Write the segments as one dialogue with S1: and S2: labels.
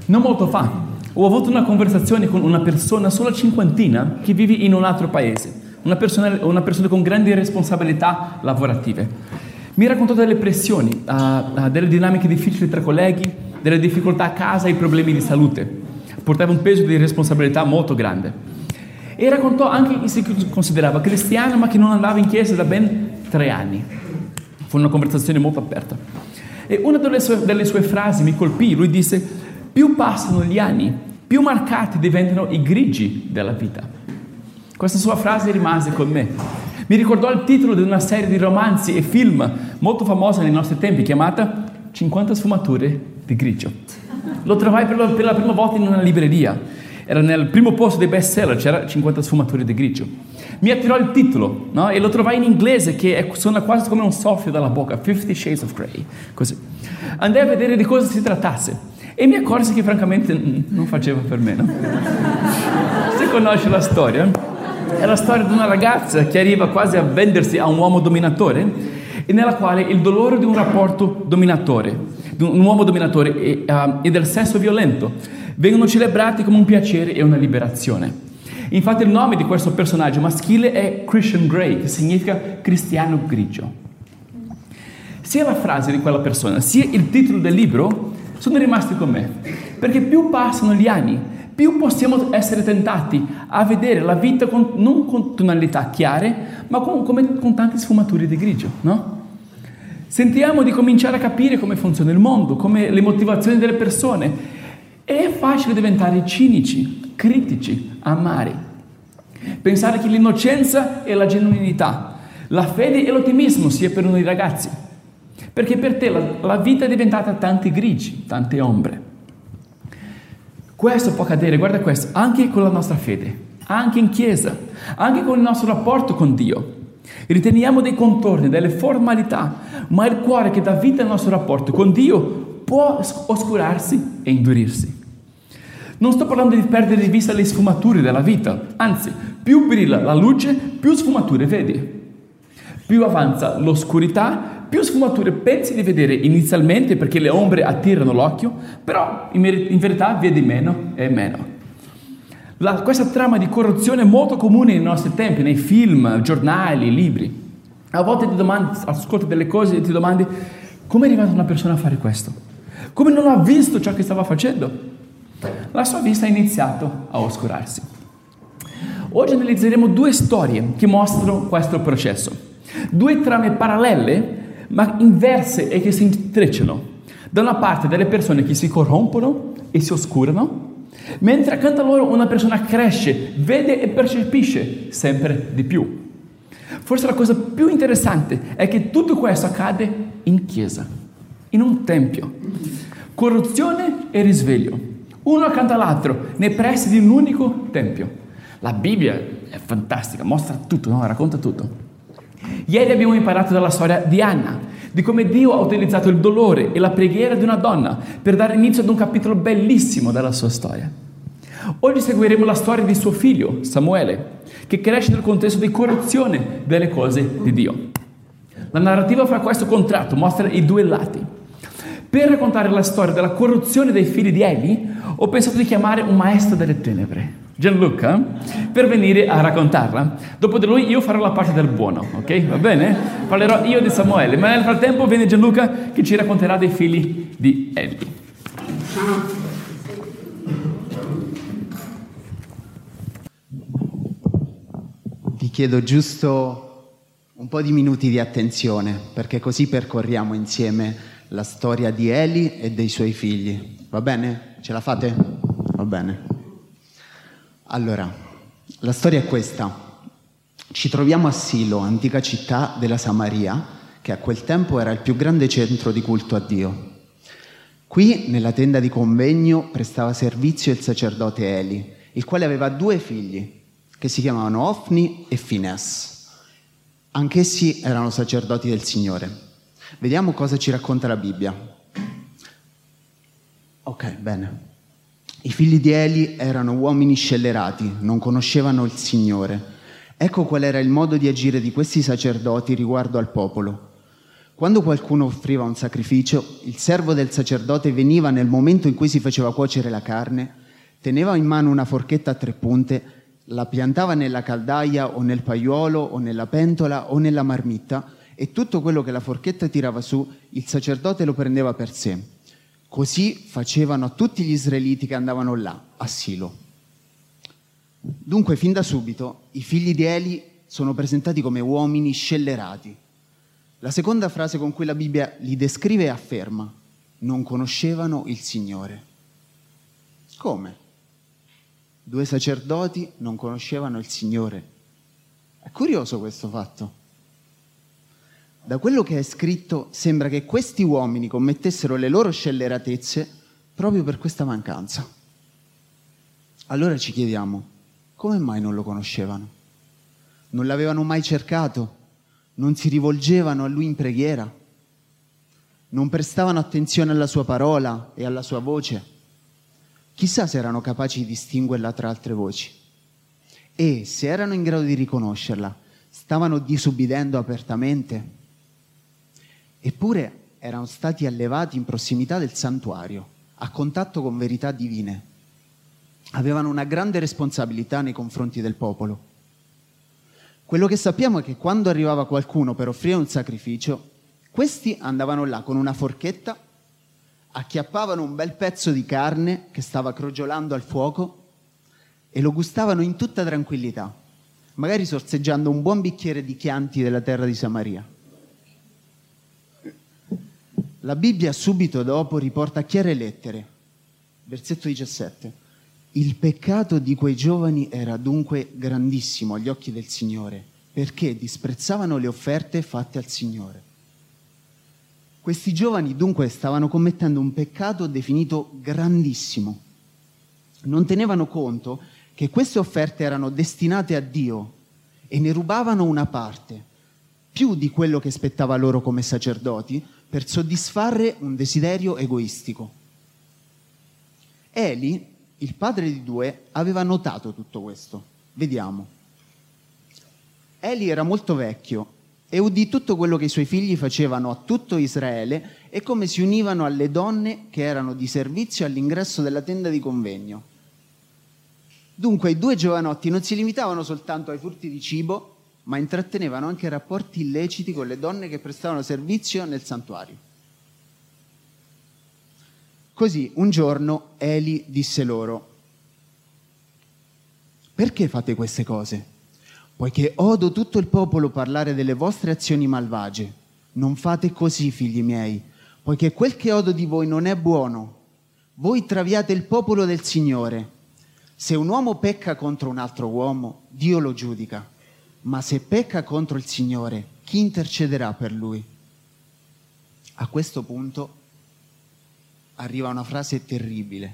S1: Non molto fa, ho avuto una conversazione con una persona sulla cinquantina che vive in un altro paese, una persona con grandi responsabilità lavorative. Mi raccontò delle pressioni, delle dinamiche difficili tra colleghi, delle difficoltà a casa e problemi di salute. Portava un peso di responsabilità molto grande. E raccontò anche che si considerava cristiano ma che non andava in chiesa da ben 3 anni. Fu una conversazione molto aperta. E una delle sue frasi mi colpì. Lui disse: più passano gli anni, più marcati diventano i grigi della vita. Questa sua frase rimase con me. Mi ricordò il titolo di una serie di romanzi e film molto famosa nei nostri tempi, chiamata 50 sfumature di grigio. Lo trovai per la prima volta in una libreria. Era nel primo posto dei best seller, c'era 50 sfumature di grigio. Mi attirò il titolo, no? E lo trovai in inglese, che suona quasi come un soffio dalla bocca, 50 Shades of Grey, così. Andai a vedere di cosa si trattasse. E mi accorsi che francamente non faceva per me, no? Se conosci la storia, è la storia di una ragazza che arriva quasi a vendersi a un uomo dominatore e nella quale il dolore di un rapporto dominatore, di un uomo dominatore e del sesso violento vengono celebrati come un piacere e una liberazione. Infatti il nome di questo personaggio maschile è Christian Grey, che significa cristiano grigio. Sia la frase di quella persona, sia il titolo del libro sono rimasti con me, perché più passano gli anni, più possiamo essere tentati a vedere la vita non con tonalità chiare, ma con tante sfumature di grigio, no? Sentiamo di cominciare a capire come funziona il mondo, come le motivazioni delle persone. È facile diventare cinici, critici, amari. Pensare che l'innocenza e la genuinità, la fede e l'ottimismo sia per noi ragazzi. Perché per te la vita è diventata tanti grigi, tante ombre. Questo può accadere, guarda questo, anche con la nostra fede, anche in chiesa, anche con il nostro rapporto con Dio. Riteniamo dei contorni, delle formalità, ma il cuore che dà vita al nostro rapporto con Dio può oscurarsi e indurirsi. Non sto parlando di perdere di vista le sfumature della vita, anzi, più brilla la luce, più sfumature vedi. Più avanza l'oscurità, più sfumature pensi di vedere inizialmente perché le ombre attirano l'occhio, però in verità vedi meno e meno. Questa trama di corruzione è molto comune nei nostri tempi, nei film, giornali, libri. A volte ascolti delle cose e ti domandi: come è arrivata una persona a fare questo? Come non ha visto ciò che stava facendo? La sua vista ha iniziato a oscurarsi. Oggi analizzeremo 2 storie che mostrano questo processo. 2 trame parallele ma inverse e che si intrecciano. Da una parte delle persone che si corrompono e si oscurano, mentre accanto a loro una persona cresce, vede e percepisce sempre di più. Forse la cosa più interessante è che tutto questo accade in chiesa, in un tempio. Corruzione e risveglio, uno accanto all'altro, nei pressi di un unico tempio. La Bibbia è fantastica, mostra tutto, no? Racconta tutto. Ieri abbiamo imparato dalla storia di Anna, di come Dio ha utilizzato il dolore e la preghiera di una donna per dare inizio ad un capitolo bellissimo della sua storia. Oggi seguiremo la storia di suo figlio, Samuele, che cresce nel contesto di corruzione delle cose di Dio. La narrativa fra questo contratto mostra i 2 lati. Per raccontare la storia della corruzione dei figli di Eli, ho pensato di chiamare un maestro delle tenebre, Gianluca, per venire a raccontarla. Dopo di lui io farò la parte del buono, ok? Va bene? Parlerò io di Samuele, ma nel frattempo viene Gianluca che ci racconterà dei figli di Eli.
S2: Vi chiedo giusto un po' di minuti di attenzione, perché così percorriamo insieme la storia di Eli e dei suoi figli. Va bene? Ce la fate? Va bene. Allora, la storia è questa. Ci troviamo a Silo, antica città della Samaria, che a quel tempo era il più grande centro di culto a Dio. Qui, nella tenda di convegno, prestava servizio il sacerdote Eli, il quale aveva 2 figli, che si chiamavano Ofni e Fineas. Anch'essi erano sacerdoti del Signore. Vediamo cosa ci racconta la Bibbia. Ok, bene. I figli di Eli erano uomini scellerati, non conoscevano il Signore. Ecco qual era il modo di agire di questi sacerdoti riguardo al popolo. Quando qualcuno offriva un sacrificio, il servo del sacerdote veniva nel momento in cui si faceva cuocere la carne, teneva in mano una forchetta a 3 punte, la piantava nella caldaia o nel paiuolo o nella pentola o nella marmitta e tutto quello che la forchetta tirava su, il sacerdote lo prendeva per sé. Così facevano a tutti gli israeliti che andavano là, a Silo. Dunque, fin da subito, i figli di Eli sono presentati come uomini scellerati. La seconda frase con cui la Bibbia li descrive e afferma: non conoscevano il Signore. Come? 2 sacerdoti non conoscevano il Signore. È curioso questo fatto. Da quello che è scritto sembra che questi uomini commettessero le loro scelleratezze proprio per questa mancanza. Allora ci chiediamo, come mai non lo conoscevano? Non l'avevano mai cercato? Non si rivolgevano a Lui in preghiera? Non prestavano attenzione alla Sua parola e alla Sua voce? Chissà se erano capaci di distinguerla tra altre voci. E se erano in grado di riconoscerla, stavano disubbidendo apertamente? Eppure erano stati allevati in prossimità del santuario, a contatto con verità divine. Avevano una grande responsabilità nei confronti del popolo. Quello che sappiamo è che quando arrivava qualcuno per offrire un sacrificio, questi andavano là con una forchetta, acchiappavano un bel pezzo di carne che stava crogiolando al fuoco e lo gustavano in tutta tranquillità, magari sorseggiando un buon bicchiere di Chianti della terra di Samaria. La Bibbia subito dopo riporta a chiare lettere, versetto 17. Il peccato di quei giovani era dunque grandissimo agli occhi del Signore, perché disprezzavano le offerte fatte al Signore. Questi giovani dunque stavano commettendo un peccato definito grandissimo. Non tenevano conto che queste offerte erano destinate a Dio e ne rubavano una parte, più di quello che spettava loro come sacerdoti, per soddisfare un desiderio egoistico. Eli, il padre di 2, aveva notato tutto questo. Vediamo. Eli era molto vecchio e udì tutto quello che i suoi figli facevano a tutto Israele e come si univano alle donne che erano di servizio all'ingresso della tenda di convegno. Dunque i 2 giovanotti non si limitavano soltanto ai furti di cibo, ma intrattenevano anche rapporti illeciti con le donne che prestavano servizio nel santuario. Così un giorno Eli disse loro: perché fate queste cose? Poiché odo tutto il popolo parlare delle vostre azioni malvagie. Non fate così, figli miei, poiché quel che odo di voi non è buono. Voi traviate il popolo del Signore. Se un uomo pecca contro un altro uomo, Dio lo giudica. Ma se pecca contro il Signore, chi intercederà per lui? A questo punto arriva una frase terribile.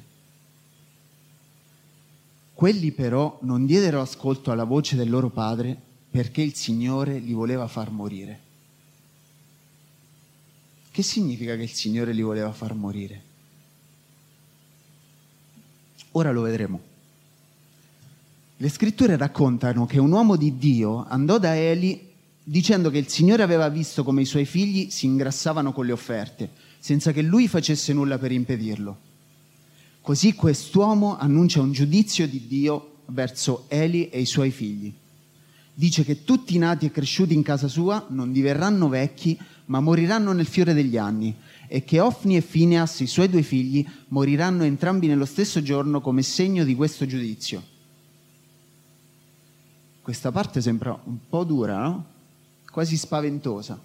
S2: Quelli però non diedero ascolto alla voce del loro padre perché il Signore li voleva far morire. Che significa che il Signore li voleva far morire? Ora lo vedremo. Le scritture raccontano che un uomo di Dio andò da Eli dicendo che il Signore aveva visto come i suoi figli si ingrassavano con le offerte, senza che lui facesse nulla per impedirlo. Così quest'uomo annuncia un giudizio di Dio verso Eli e i suoi figli. Dice che tutti i nati e cresciuti in casa sua non diverranno vecchi, ma moriranno nel fiore degli anni, e che Ofni e Fineas, i suoi 2 figli, moriranno entrambi nello stesso giorno come segno di questo giudizio. Questa parte sembra un po' dura, no? Quasi spaventosa.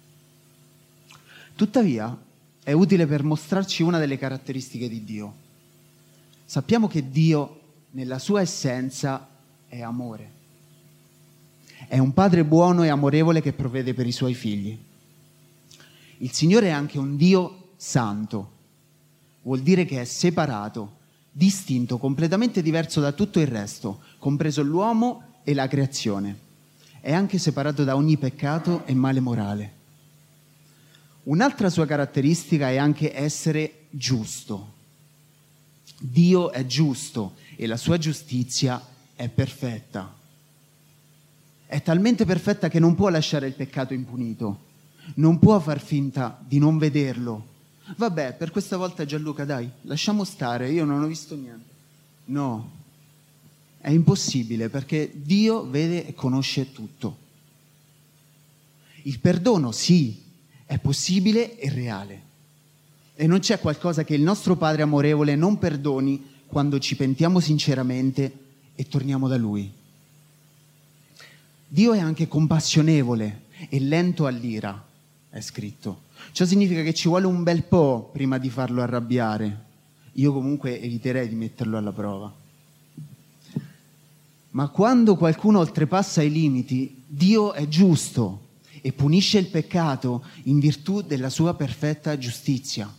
S2: Tuttavia, è utile per mostrarci una delle caratteristiche di Dio. Sappiamo che Dio, nella sua essenza, è amore. È un padre buono e amorevole che provvede per i suoi figli. Il Signore è anche un Dio santo. Vuol dire che è separato, distinto, completamente diverso da tutto il resto, compreso l'uomo e la creazione. È anche separato da ogni peccato e male morale. Un'altra sua caratteristica è anche essere giusto. Dio è giusto e la sua giustizia è perfetta. È talmente perfetta che non può lasciare il peccato impunito. Non può far finta di non vederlo. Vabbè, per questa volta Gianluca, dai, lasciamo stare, io non ho visto niente. No, è impossibile perché Dio vede e conosce tutto. Il perdono, sì, è possibile e reale. E non c'è qualcosa che il nostro Padre amorevole non perdoni quando ci pentiamo sinceramente e torniamo da Lui. Dio è anche compassionevole e lento all'ira, è scritto. Ciò significa che ci vuole un bel po' prima di farlo arrabbiare. Io comunque eviterei di metterlo alla prova. Ma quando qualcuno oltrepassa i limiti, Dio è giusto e punisce il peccato in virtù della sua perfetta giustizia.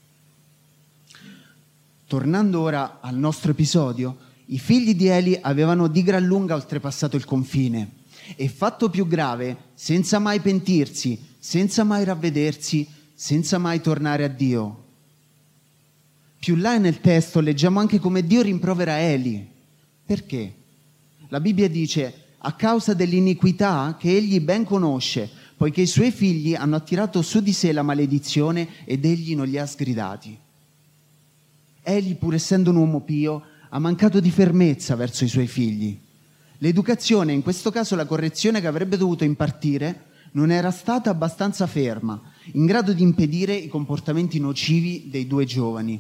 S2: Tornando ora al nostro episodio, i figli di Eli avevano di gran lunga oltrepassato il confine e, fatto più grave, senza mai pentirsi, senza mai ravvedersi, senza mai tornare a Dio. Più là nel testo leggiamo anche come Dio rimprovera Eli. Perché? La Bibbia dice: a causa dell'iniquità che egli ben conosce, poiché i suoi figli hanno attirato su di sé la maledizione ed egli non li ha sgridati. Eli, pur essendo un uomo pio, ha mancato di fermezza verso i suoi figli. L'educazione, in questo caso la correzione che avrebbe dovuto impartire, non era stata abbastanza ferma, in grado di impedire i comportamenti nocivi dei due giovani.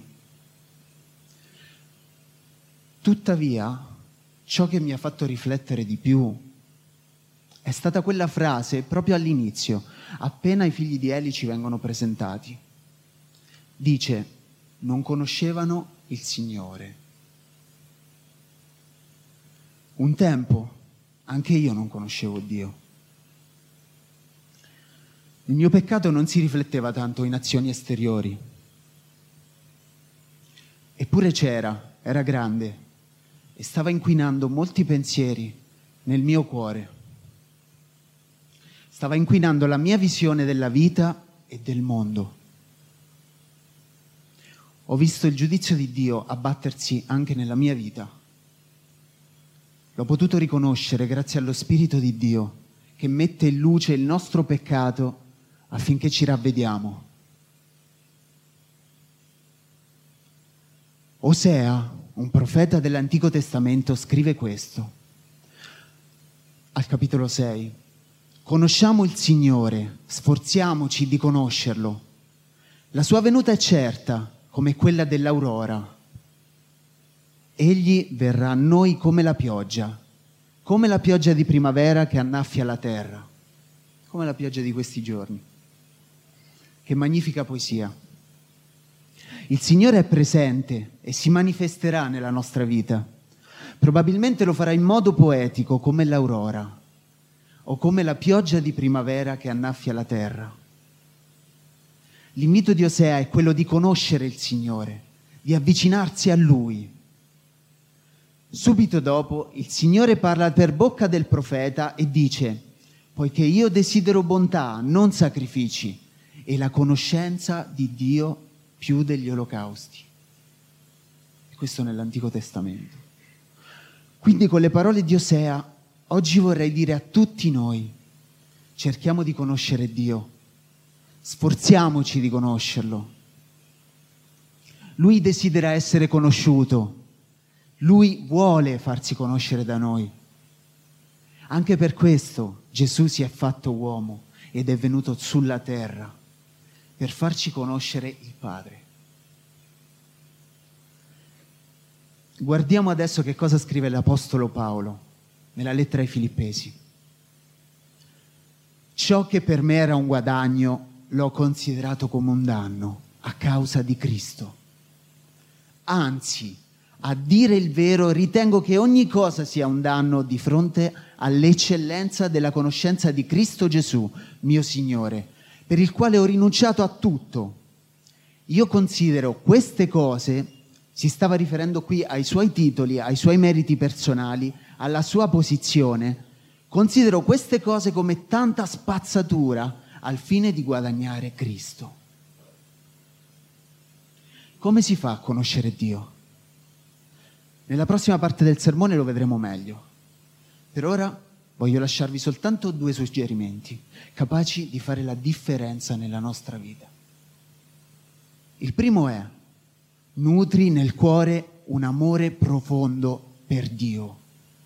S2: Tuttavia, ciò che mi ha fatto riflettere di più è stata quella frase proprio all'inizio, appena i figli di Eli ci vengono presentati. Dice: non conoscevano il Signore. Un tempo anche io non conoscevo Dio. Il mio peccato non si rifletteva tanto in azioni esteriori. Eppure era grande e stava inquinando molti pensieri nel mio cuore. Stava inquinando la mia visione della vita e del mondo. Ho visto il giudizio di Dio abbattersi anche nella mia vita. L'ho potuto riconoscere grazie allo Spirito di Dio che mette in luce il nostro peccato affinché ci ravvediamo. Osea, un profeta dell'Antico Testamento, scrive questo al capitolo 6. Conosciamo il Signore, sforziamoci di conoscerlo. La sua venuta è certa, come quella dell'aurora. Egli verrà a noi come la pioggia di primavera che annaffia la terra, come la pioggia di questi giorni. Che magnifica poesia. Il Signore è presente e si manifesterà nella nostra vita. Probabilmente lo farà in modo poetico, come l'aurora, o come la pioggia di primavera che annaffia la terra. L'invito di Osea è quello di conoscere il Signore, di avvicinarsi a Lui. Subito dopo il Signore parla per bocca del profeta e dice: poiché io desidero bontà, non sacrifici, e la conoscenza di Dio più degli olocausti. E questo nell'Antico Testamento. Quindi con le parole di Osea oggi vorrei dire a tutti noi: cerchiamo di conoscere Dio. Sforziamoci di conoscerlo. Lui desidera essere conosciuto. Lui vuole farsi conoscere da noi. Anche per questo Gesù si è fatto uomo ed è venuto sulla terra per farci conoscere il Padre. Guardiamo adesso che cosa scrive l'Apostolo Paolo nella lettera ai Filippesi. Ciò che per me era un guadagno l'ho considerato come un danno a causa di Cristo. Anzi, a dire il vero, ritengo che ogni cosa sia un danno di fronte all'eccellenza della conoscenza di Cristo Gesù, mio Signore, per il quale ho rinunciato a tutto. Io considero queste cose, si stava riferendo qui ai suoi titoli, ai suoi meriti personali, alla sua posizione, considero queste cose come tanta spazzatura al fine di guadagnare Cristo. Come si fa a conoscere Dio? Nella prossima parte del sermone lo vedremo meglio. Per ora voglio lasciarvi soltanto 2 suggerimenti, capaci di fare la differenza nella nostra vita. Il primo è: nutri nel cuore un amore profondo per Dio.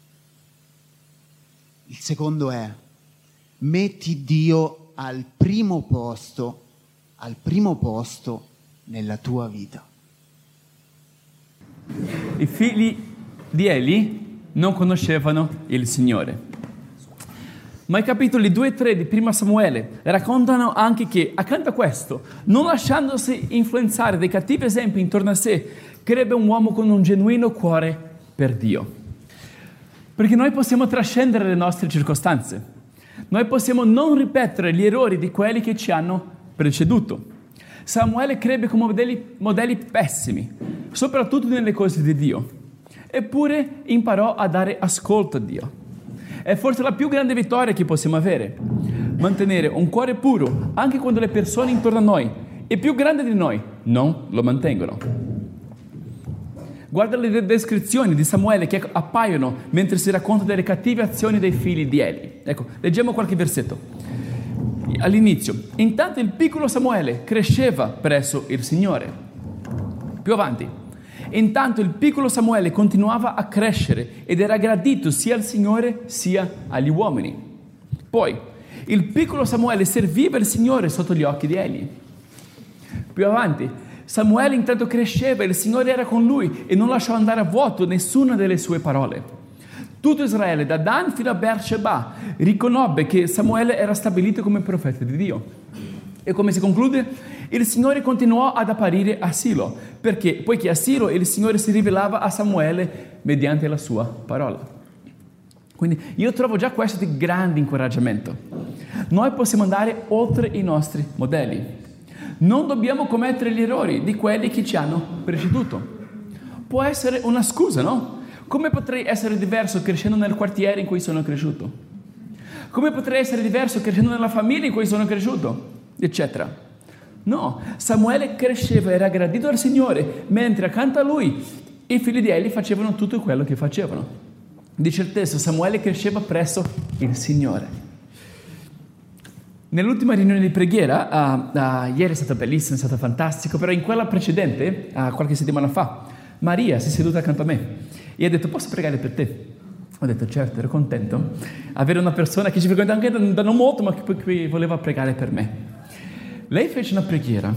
S2: Il secondo è: metti Dio al primo posto nella tua vita.
S1: I figli di Eli non conoscevano il Signore. Ma i capitoli 2 e 3 di Prima Samuele raccontano anche che, accanto a questo, non lasciandosi influenzare dai cattivi esempi intorno a sé, crebbe un uomo con un genuino cuore per Dio. Perché noi possiamo trascendere le nostre circostanze. Noi possiamo non ripetere gli errori di quelli che ci hanno preceduto. Samuele crebbe con modelli pessimi, soprattutto nelle cose di Dio. Eppure imparò a dare ascolto a Dio. È forse la più grande vittoria che possiamo avere. Mantenere un cuore puro anche quando le persone intorno a noi e più grandi di noi non lo mantengono. Guarda le descrizioni di Samuele che appaiono mentre si racconta delle cattive azioni dei figli di Eli. Ecco, leggiamo qualche versetto. All'inizio: intanto il piccolo Samuele cresceva presso il Signore. Più avanti: intanto il piccolo Samuele continuava a crescere ed era gradito sia al Signore sia agli uomini. Poi, il piccolo Samuele serviva il Signore sotto gli occhi di Eli. Più avanti: Samuele intanto cresceva e il Signore era con lui e non lasciò andare a vuoto nessuna delle sue parole. Tutto Israele, da Dan fino a Beersheba, riconobbe che Samuele era stabilito come profeta di Dio. E come si conclude? Il Signore continuò ad apparire a Silo, poiché a Silo il Signore si rivelava a Samuele mediante la sua parola. Quindi io trovo già questo di grande incoraggiamento. Noi possiamo andare oltre i nostri modelli. Non dobbiamo commettere gli errori di quelli che ci hanno preceduto. Può essere una scusa, no? Come potrei essere diverso crescendo nel quartiere in cui sono cresciuto? Come potrei essere diverso crescendo nella famiglia in cui sono cresciuto? Eccetera. No, Samuele cresceva, era gradito al Signore, mentre accanto a lui i figli di Eli facevano tutto quello che facevano. Dice il testo: Samuele cresceva presso il Signore. Nell'ultima riunione di preghiera, ieri è stata bellissima, è stato fantastico, però in quella precedente, qualche settimana fa, Maria si è seduta accanto a me e ha detto: posso pregare per te? Ho detto certo, ero contento avere una persona che ci frequenta anche da non molto, ma che voleva pregare per me. Lei fece una preghiera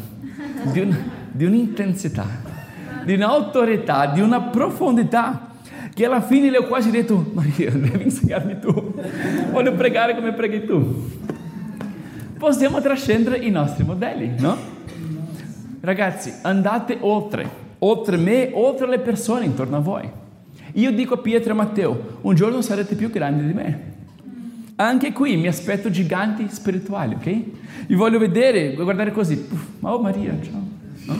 S1: di un'intensità, di un'autorità, di una profondità, che alla fine le ho quasi detto: Maria, devi insegnarmi tu, voglio pregare come preghi tu. Possiamo trascendere i nostri modelli, no? Ragazzi, andate oltre me, oltre le persone intorno a voi. Io dico a Pietro e Matteo: un giorno sarete più grandi di me. Anche qui mi aspetto giganti spirituali, ok? Vi voglio vedere, guardare così. Oh Maria, ciao. No?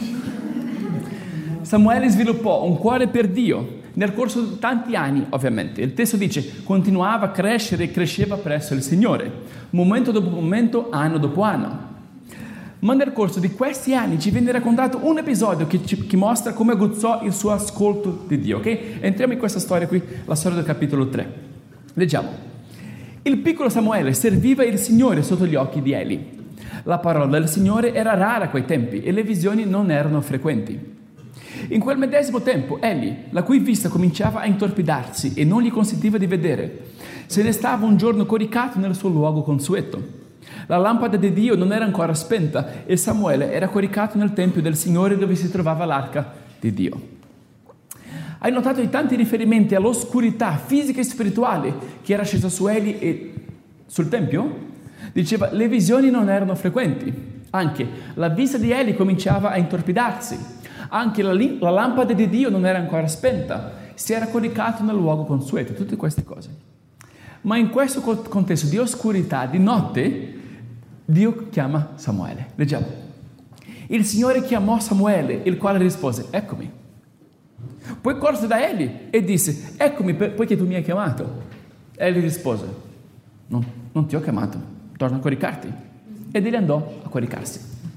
S1: Samuele sviluppò un cuore per Dio nel corso di tanti anni, ovviamente. Il testo dice: continuava a crescere e cresceva presso il Signore, momento dopo momento, anno dopo anno. Ma nel corso di questi anni ci viene raccontato un episodio che mostra come aguzzò il suo ascolto di Dio, ok? Entriamo in questa storia qui, la storia del capitolo 3. Leggiamo. Il piccolo Samuele serviva il Signore sotto gli occhi di Eli. La parola del Signore era rara a quei tempi e le visioni non erano frequenti. In quel medesimo tempo Eli, la cui vista cominciava a intorpidarsi e non gli consentiva di vedere, se ne stava un giorno coricato nel suo luogo consueto. La lampada di Dio non era ancora spenta e Samuele era coricato nel tempio del Signore dove si trovava l'arca di Dio. Hai notato i tanti riferimenti all'oscurità fisica e spirituale che era scesa su Eli e sul tempio? Diceva: le visioni non erano frequenti. Anche la vista di Eli cominciava a intorpidarsi. Anche la lampada di Dio non era ancora spenta. Si era coricato nel luogo consueto. Tutte queste cose. Ma in questo contesto di oscurità, di notte, Dio chiama Samuele. Leggiamo. Il Signore chiamò Samuele, il quale rispose: eccomi. Poi corse da Eli e disse: eccomi, poiché tu mi hai chiamato. Eli rispose: non ti ho chiamato, torna a coricarti. Ed egli andò a coricarsi.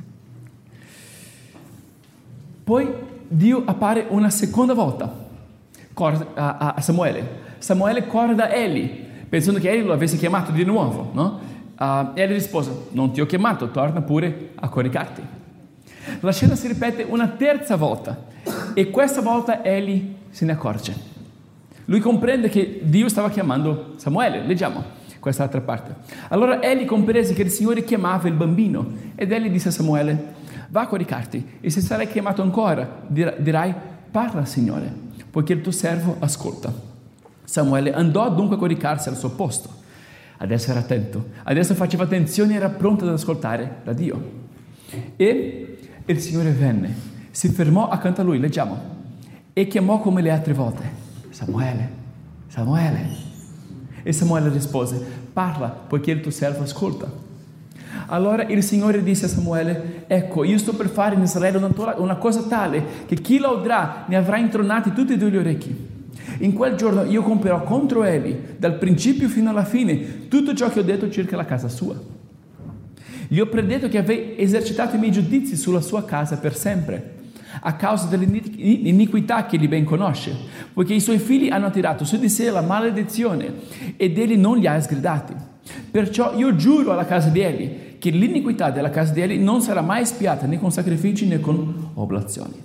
S1: Poi Dio appare una seconda volta a Samuele. Samuele corre da Eli pensando che Eli lo avesse chiamato di nuovo, no? Eli rispose: non ti ho chiamato, torna pure a coricarti. La scena si ripete una terza volta e questa volta Eli se ne accorge. Lui comprende che Dio stava chiamando Samuele. Leggiamo quest'altra parte. Allora Eli comprese che il Signore chiamava il bambino ed Eli disse a Samuele: va a coricarti e se sarai chiamato ancora dirai: parla Signore, poiché il tuo servo ascolta. Samuele andò dunque a coricarsi al suo posto. Adesso era attento, adesso faceva attenzione e era pronto ad ascoltare da Dio. E il Signore venne, si fermò accanto a lui, leggiamo, e chiamò come le altre volte: Samuele, Samuele. E Samuele rispose: parla, poiché il tuo servo ascolta. Allora il Signore disse a Samuele: ecco, io sto per fare in Israele una cosa tale che chi la udrà ne avrà intronati tutti e due gli orecchi. In quel giorno io compierò contro Eli, dal principio fino alla fine, tutto ciò che ho detto circa la casa sua. Gli ho predetto che avrei esercitato i miei giudizi sulla sua casa per sempre, a causa dell'iniquità che egli ben conosce, poiché i suoi figli hanno tirato su di sé la maledizione ed egli non li ha sgridati. Perciò io giuro alla casa di Eli che l'iniquità della casa di Eli non sarà mai espiata né con sacrifici né con oblazioni.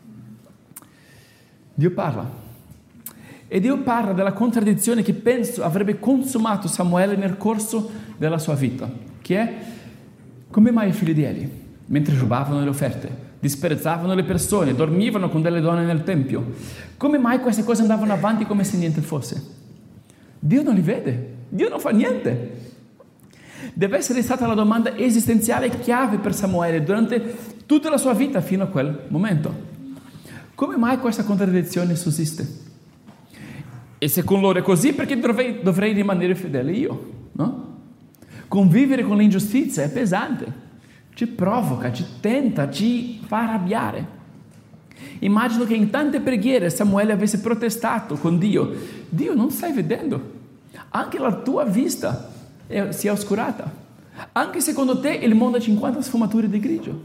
S1: Dio parla. E Dio parla della contraddizione che penso avrebbe consumato Samuele nel corso della sua vita, che è: come mai i figli di Eli, mentre rubavano le offerte, disprezzavano le persone, dormivano con delle donne nel tempio, come mai queste cose andavano avanti come se niente fosse? Dio non li vede, Dio non fa niente. Deve essere stata la domanda esistenziale chiave per Samuele durante tutta la sua vita fino a quel momento. Come mai questa contraddizione sussiste? E se con loro è così, perché dovrei rimanere fedele io, no? Convivere con l'ingiustizia è pesante, ci provoca, ci tenta, ci fa arrabbiare. Immagino che in tante preghiere Samuele avesse protestato con Dio: Dio, non stai vedendo? Anche la tua vista si è oscurata. Anche secondo te il mondo ha 50 sfumature di grigio.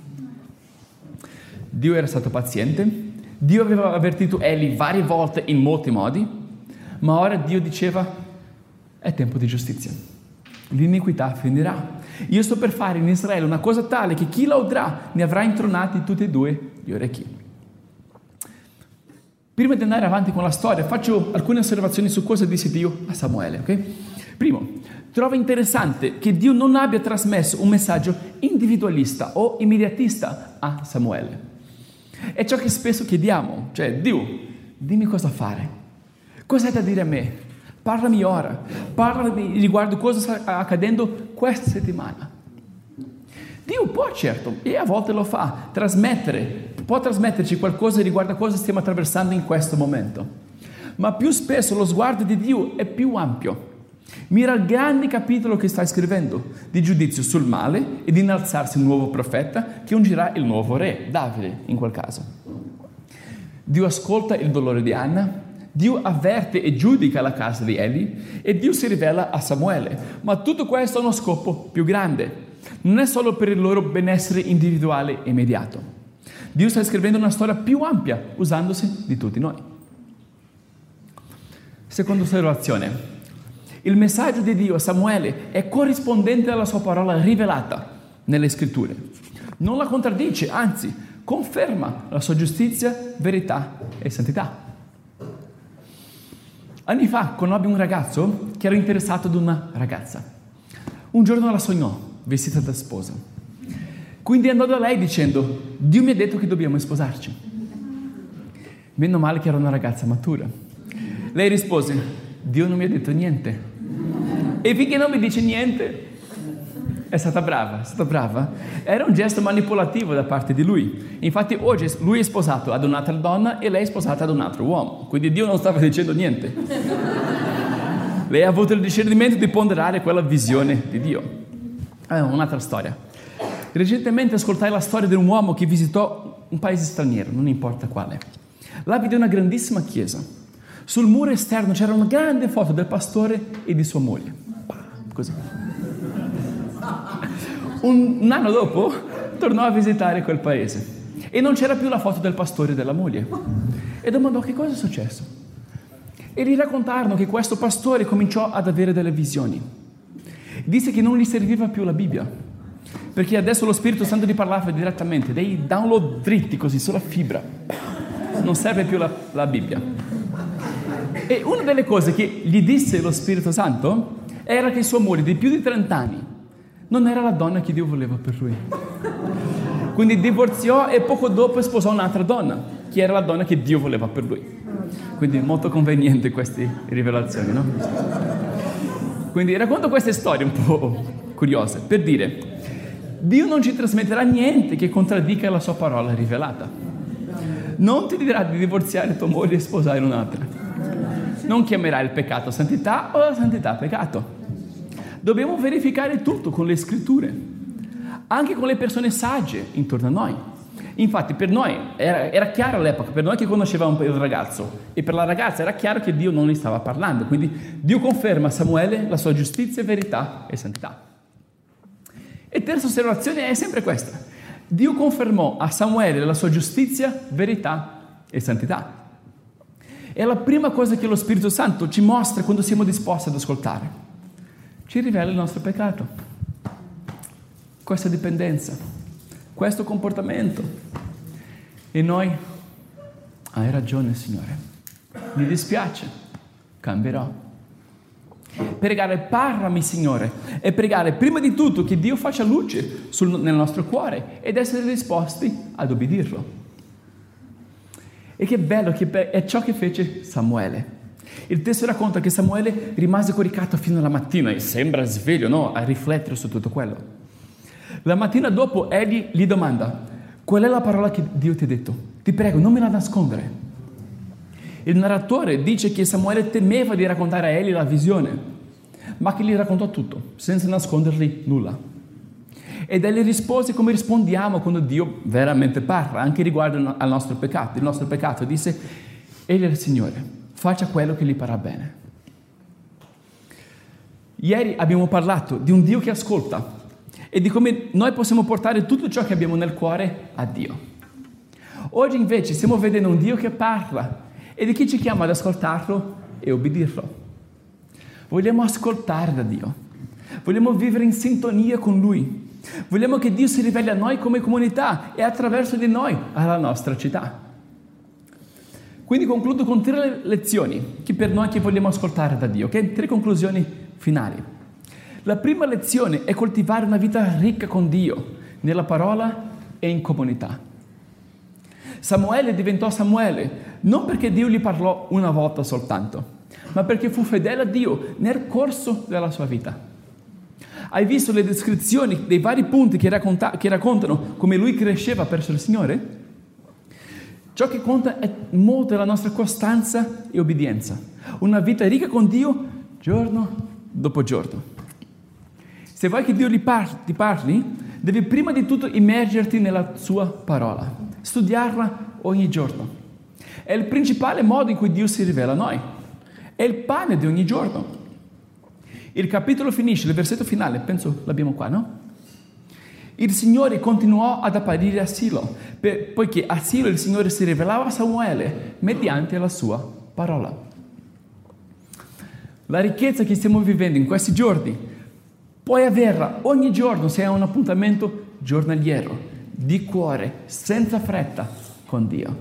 S1: Dio era stato paziente, Dio aveva avvertito Eli varie volte in molti modi, ma ora Dio diceva: è tempo di giustizia, l'iniquità finirà. Io sto per fare in Israele una cosa tale che chi la udrà ne avrà intronati tutti e due gli orecchi. Prima di andare avanti con la storia, faccio alcune osservazioni su cosa disse Dio a Samuele, ok? Primo, trovo interessante che Dio non abbia trasmesso un messaggio individualista o immediatista a Samuele. È ciò che spesso chiediamo, cioè: Dio, dimmi cosa fare. Cosa hai da dire a me? Parlami ora, parlami riguardo cosa sta accadendo questa settimana. Dio può, certo, e a volte lo fa, può trasmetterci qualcosa riguardo a cosa stiamo attraversando in questo momento. Ma più spesso lo sguardo di Dio è più ampio. Mira al grande capitolo che stai scrivendo, di giudizio sul male e di innalzarsi un nuovo profeta che ungirà il nuovo re, Davide in quel caso. Dio ascolta il dolore di Anna, Dio avverte e giudica la casa di Eli e Dio si rivela a Samuele. Ma tutto questo ha uno scopo più grande. Non è solo per il loro benessere individuale e immediato. Dio sta scrivendo una storia più ampia, usandosi di tutti noi. Seconda osservazione: il messaggio di Dio a Samuele è corrispondente alla sua parola rivelata nelle scritture. Non la contraddice, anzi, conferma la sua giustizia, verità e santità. Anni fa conobbi un ragazzo che era interessato ad una ragazza. Un giorno la sognò, vestita da sposa. Quindi andò da lei dicendo: Dio mi ha detto che dobbiamo sposarci. Meno male che era una ragazza matura. Lei rispose: Dio non mi ha detto niente. E finché non mi dice niente, è stata brava. Era un gesto manipolativo da parte di lui. Infatti oggi lui è sposato ad un'altra donna e lei è sposata ad un altro uomo. Quindi Dio non stava dicendo niente. Lei ha avuto il discernimento di ponderare quella visione di Dio. Un'altra storia. Recentemente ascoltai la storia di un uomo che visitò un paese straniero, non importa quale. Là vide una grandissima chiesa. Sul muro esterno c'era una grande foto del pastore e di sua moglie. Così. Un anno dopo tornò a visitare quel paese e non c'era più la foto del pastore e della moglie. E domandò: che cosa è successo? E gli raccontarono che questo pastore cominciò ad avere delle visioni. Disse che non gli serviva più la Bibbia, perché adesso lo Spirito Santo gli parlava direttamente, dei download dritti così, sulla fibra. Non serve più la Bibbia. E una delle cose che gli disse lo Spirito Santo era che sua moglie di più di 30 anni non era la donna che Dio voleva per lui. Quindi divorziò e poco dopo sposò un'altra donna, che era la donna che Dio voleva per lui. Quindi molto conveniente queste rivelazioni, no? Quindi racconto queste storie un po' curiose per dire: Dio non ci trasmetterà niente che contraddica la sua parola rivelata. Non ti dirà di divorziare tua moglie e sposare un'altra. Non chiamerà il peccato santità o la santità peccato. Dobbiamo verificare tutto con le scritture, anche con le persone sagge intorno a noi. Infatti per noi era chiaro all'epoca, per noi che conoscevamo il ragazzo e per la ragazza era chiaro che Dio non gli stava parlando. Quindi Dio conferma a Samuele la sua giustizia, verità e santità. E terza osservazione è sempre questa: Dio confermò a Samuele la sua giustizia, verità e santità. È la prima cosa che lo Spirito Santo ci mostra quando siamo disposti ad ascoltare. Ci rivela il nostro peccato, questa dipendenza, questo comportamento. E noi: hai ragione, Signore, mi dispiace, cambierò. Pregare: parlami, Signore, e pregare prima di tutto che Dio faccia luce nel nostro cuore ed essere disposti ad obbedirlo. E che bello che è ciò che fece Samuele. Il testo racconta che Samuele rimase coricato fino alla mattina e sembra sveglio, no? A riflettere su tutto quello. La mattina dopo egli gli domanda: qual è la parola che Dio ti ha detto? Ti prego, non me la nascondere. Il narratore dice che Samuele temeva di raccontare a Eli la visione, ma che gli raccontò tutto, senza nascondergli nulla. Ed egli rispose come rispondiamo quando Dio veramente parla, anche riguardo al nostro peccato. Il nostro peccato disse: egli è il Signore, faccia quello che gli parrà bene. Ieri abbiamo parlato di un Dio che ascolta e di come noi possiamo portare tutto ciò che abbiamo nel cuore a Dio. Oggi invece stiamo vedendo un Dio che parla e di chi ci chiama ad ascoltarlo e obbedirlo. Vogliamo ascoltare da Dio, vogliamo vivere in sintonia con Lui, vogliamo che Dio si riveli a noi come comunità e attraverso di noi alla nostra città. Quindi concludo con 3 lezioni che per noi che vogliamo ascoltare da Dio, ok? 3 conclusioni finali. La prima lezione è coltivare una vita ricca con Dio, nella parola e in comunità. Samuele diventò Samuele non perché Dio gli parlò una volta soltanto, ma perché fu fedele a Dio nel corso della sua vita. Hai visto le descrizioni dei vari punti che raccontano come lui cresceva verso il Signore? Ciò che conta è molto la nostra costanza e obbedienza. Una vita ricca con Dio giorno dopo giorno. Se vuoi che Dio ti parli, devi prima di tutto immergerti nella sua parola, studiarla ogni giorno. È il principale modo in cui Dio si rivela a noi. È il pane di ogni giorno. Il capitolo finisce, il versetto finale, penso l'abbiamo qua, no? Il Signore continuò ad apparire a Silo, poiché a Silo il Signore si rivelava a Samuele mediante la sua parola. La ricchezza che stiamo vivendo in questi giorni puoi averla ogni giorno se hai un appuntamento giornaliero, di cuore, senza fretta con Dio.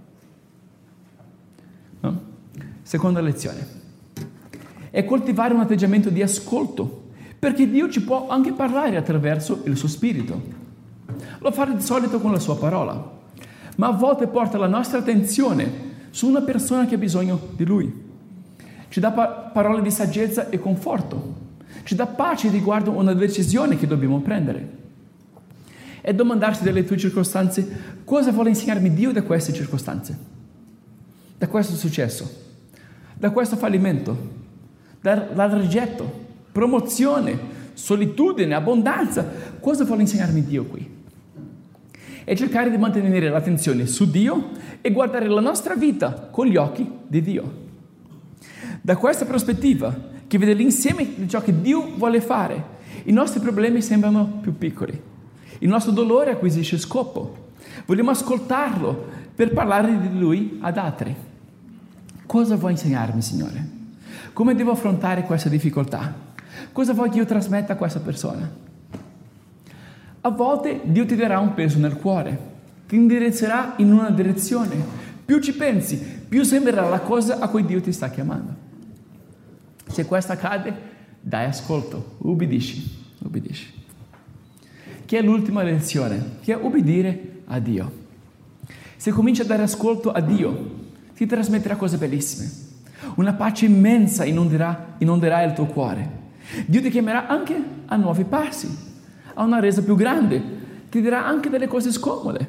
S1: No? Seconda lezione è coltivare un atteggiamento di ascolto, perché Dio ci può anche parlare attraverso il suo spirito. Lo fa di solito con la sua parola, ma a volte porta la nostra attenzione su una persona che ha bisogno di Lui. Ci dà parole di saggezza e conforto, ci dà pace riguardo una decisione che dobbiamo prendere. E domandarsi delle tue circostanze: cosa vuole insegnarmi Dio da queste circostanze? Da questo successo? Da questo fallimento? Dal rigetto, promozione, solitudine, abbondanza. Cosa vuole insegnarmi Dio qui? E cercare di mantenere l'attenzione su Dio e guardare la nostra vita con gli occhi di Dio. Da questa prospettiva, che vede l'insieme di ciò che Dio vuole fare, i nostri problemi sembrano più piccoli. Il nostro dolore acquisisce scopo. Vogliamo ascoltarlo per parlare di Lui ad altri. Cosa vuoi insegnarmi, Signore? Come devo affrontare questa difficoltà? Cosa vuoi che io trasmetta a questa persona? A volte Dio ti darà un peso nel cuore, ti indirizzerà in una direzione. Più ci pensi, più sembrerà la cosa a cui Dio ti sta chiamando. Se questo accade, dai ascolto, ubbidisci. Che è l'ultima lezione, che è ubbidire a Dio. Se cominci a dare ascolto a Dio, ti trasmetterà cose bellissime. Una pace immensa inonderà il tuo cuore. Dio ti chiamerà anche a nuovi passi, a una resa più grande. Ti dirà anche delle cose scomode.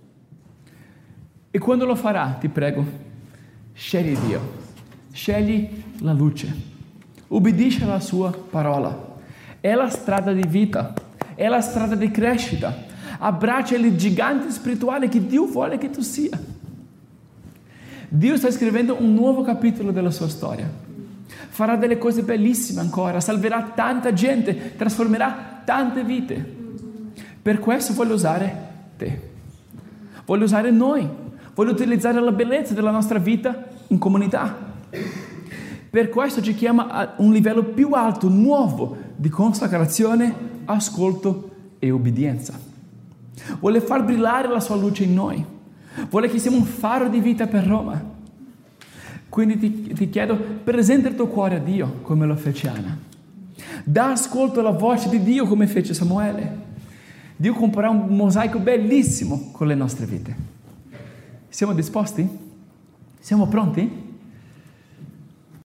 S1: E quando lo farà, ti prego, scegli Dio. Scegli la luce. Ubbidisci alla sua parola. È la strada di vita. È la strada di crescita. Abbraccia il gigante spirituale che Dio vuole che tu sia. Dio sta scrivendo un nuovo capitolo della sua storia. Farà delle cose bellissime ancora, salverà tanta gente, trasformerà tante vite. Per questo voglio usare te. Voglio usare noi. Voglio utilizzare la bellezza della nostra vita in comunità. Per questo ci chiama a un livello più alto, nuovo, di consacrazione, ascolto e obbedienza. Vuole far brillare la sua luce in noi. Vuole che siamo un faro di vita per Roma. Quindi ti chiedo, presenta il tuo cuore a Dio come lo fece Anna. Dà ascolto alla voce di Dio come fece Samuele. Dio comporrà un mosaico bellissimo con le nostre vite. Siamo disposti? Siamo pronti?